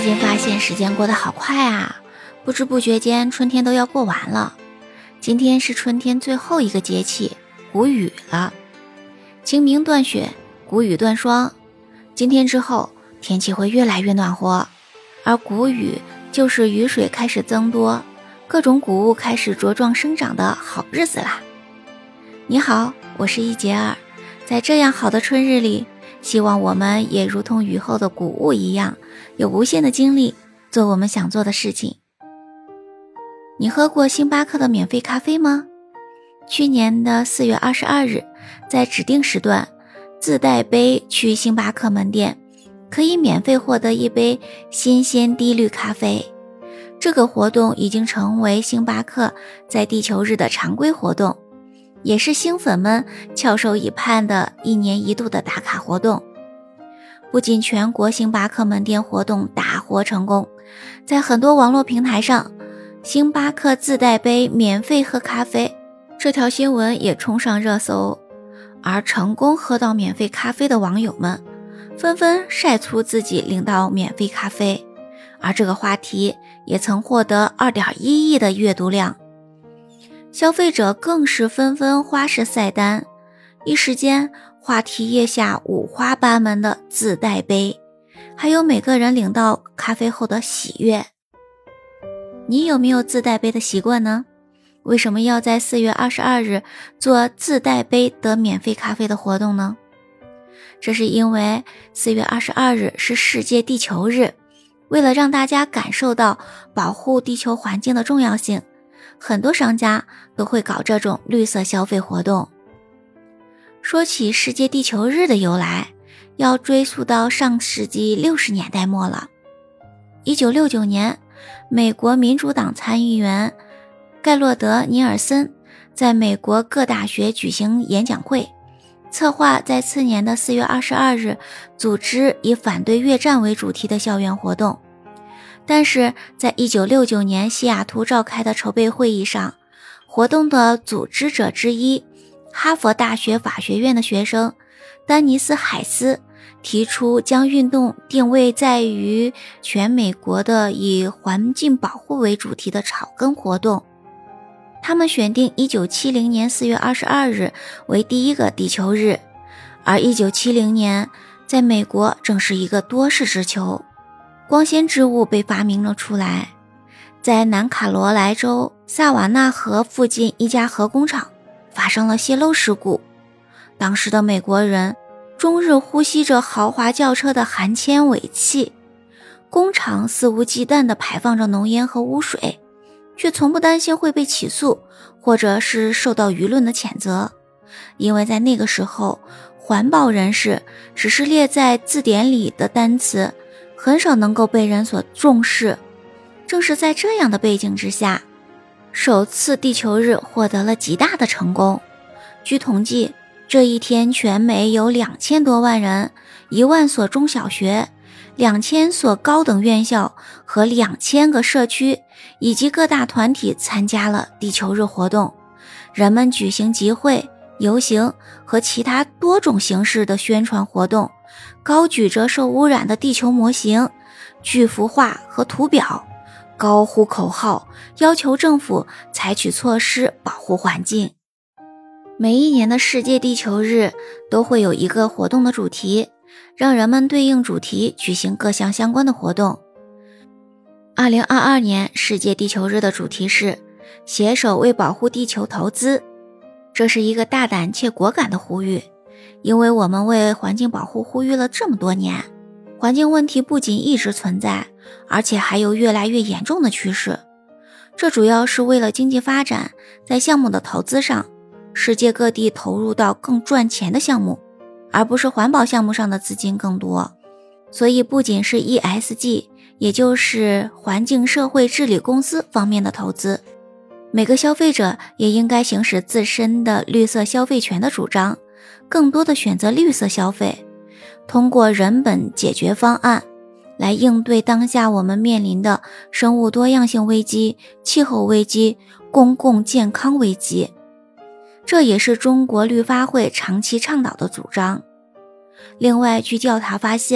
近发现时间过得好快啊，不知不觉间春天都要过完了。今天是春天最后一个节气，谷雨了。清明断雪，谷雨断霜。今天之后，天气会越来越暖和，而谷雨就是雨水开始增多，各种谷物开始茁壮生长的好日子啦。你好，我是一杰儿，在这样好的春日里，希望我们也如同雨后的谷物一样，有无限的精力做我们想做的事情。你喝过星巴克的免费咖啡吗？去年的4月22日，在指定时段，自带杯去星巴克门店，可以免费获得一杯新鲜低滤咖啡。这个活动已经成为星巴克在地球日的常规活动，也是星粉们翘首以盼的1年1度的打卡活动。不仅全国星巴克门店活动大获成功，在很多网络平台上，星巴克自带杯免费喝咖啡这条新闻也冲上热搜，而成功喝到免费咖啡的网友们纷纷晒出自己领到免费咖啡，而这个话题也曾获得2.1亿的阅读量。消费者更是纷纷花式晒单，一时间话题页下五花八门的自带杯，还有每个人领到咖啡后的喜悦。你有没有自带杯的习惯呢？为什么要在4月22日做自带杯得免费咖啡的活动呢？这是因为4月22日是世界地球日，为了让大家感受到保护地球环境的重要性，很多商家都会搞这种绿色消费活动。说起世界地球日的由来，要追溯到上世纪60年代末了。1969年，美国民主党参议员盖洛德·尼尔森在美国各大学举行演讲会，策划在次年的4月22日组织以反对越战为主题的校园活动。但是在1969年西雅图召开的筹备会议上，活动的组织者之一哈佛大学法学院的学生丹尼斯·海斯提出将运动定位在于全美国的以环境保护为主题的草根活动。他们选定1970年4月22日为第一个地球日，而1970年在美国正是一个多事之秋，光纤织物被发明了出来。在南卡罗来州萨瓦纳河附近一家核工厂发生了泄漏事故，当时的美国人终日呼吸着豪华轿车的含铅尾气，工厂肆无忌惮地排放着浓烟和污水，却从不担心会被起诉，或者是受到舆论的谴责。因为在那个时候，环保人士只是列在字典里的单词，很少能够被人所重视。正是在这样的背景之下，首次地球日获得了极大的成功。据统计，这一天全美有2000多万人，1万所中小学，2000所高等院校和2000个社区以及各大团体参加了地球日活动。人们举行集会、游行和其他多种形式的宣传活动，高举着受污染的地球模型、巨幅画和图表，高呼口号，要求政府采取措施保护环境。每一年的世界地球日都会有一个活动的主题，让人们对应主题举行各项相关的活动。2022年世界地球日的主题是携手为保护地球投资，这是一个大胆且果敢的呼吁，因为我们为环境保护呼吁了这么多年，环境问题不仅一直存在，而且还有越来越严重的趋势。这主要是为了经济发展，在项目的投资上，世界各地投入到更赚钱的项目，而不是环保项目上的资金更多。所以不仅是 ESG， 也就是环境社会治理公司方面的投资，每个消费者也应该行使自身的绿色消费权的主张，更多的选择绿色消费，通过人本解决方案来应对当下我们面临的生物多样性危机、气候危机、公共健康危机。这也是中国绿发会长期倡导的主张。另外，据调查发现，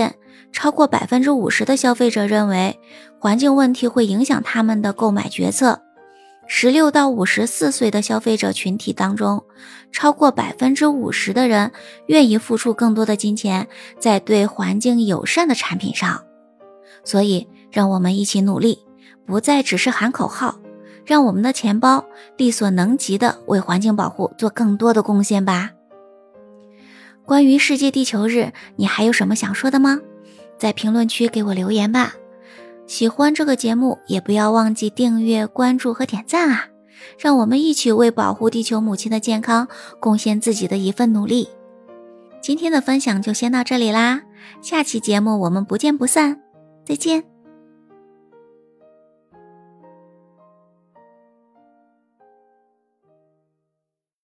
超过 50% 的消费者认为环境问题会影响他们的购买决策。16到54岁的消费者群体当中，超过 50% 的人愿意付出更多的金钱在对环境友善的产品上。所以让我们一起努力，不再只是喊口号，让我们的钱包力所能及的为环境保护做更多的贡献吧。关于世界地球日，你还有什么想说的吗？在评论区给我留言吧。喜欢这个节目，也不要忘记订阅、关注和点赞啊！让我们一起为保护地球母亲的健康贡献自己的一份努力。今天的分享就先到这里啦，下期节目我们不见不散，再见。